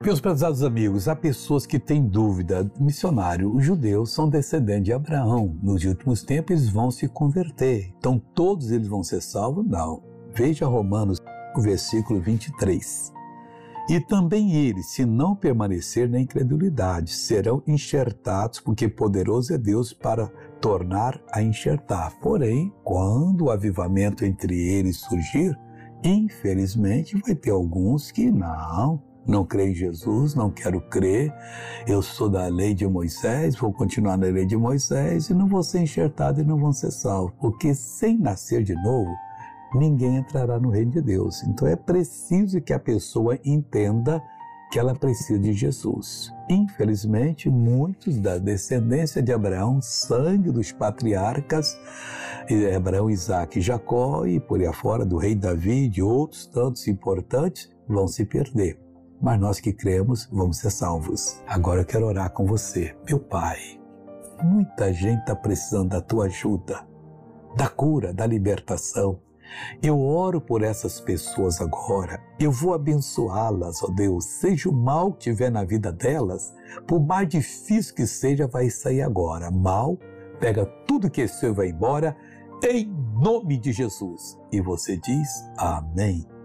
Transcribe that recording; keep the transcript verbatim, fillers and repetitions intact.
Meus prezados amigos, há pessoas que têm dúvida. Missionário, os judeus são descendentes de Abraão. Nos últimos tempos eles vão se converter. Então todos eles vão ser salvos? Não. Veja Romanos, versículo vinte e três. E também eles, se não permanecer na incredulidade, serão enxertados, porque poderoso é Deus para tornar a enxertar. Porém, quando o avivamento entre eles surgir, infelizmente vai ter alguns que não, não creem em Jesus, não quero crer, eu sou da lei de Moisés, vou continuar na lei de Moisés e não vou ser enxertado e não vão ser salvos, porque sem nascer de novo, ninguém entrará no reino de Deus. Então é preciso que a pessoa entenda que ela precisa de Jesus. Infelizmente, muitos da descendência de Abraão, sangue dos patriarcas, Abraão, Isaac e Jacó, e por aí afora, do rei Davi e de outros tantos importantes, vão se perder. Mas nós que cremos, vamos ser salvos. Agora eu quero orar com você. Meu Pai, muita gente está precisando da tua ajuda, da cura, da libertação. Eu oro por essas pessoas agora, eu vou abençoá-las, ó Deus, seja o mal que tiver na vida delas, por mais difícil que seja, vai sair agora. Mal, pega tudo que é seu e vai embora, em nome de Jesus. E você diz amém.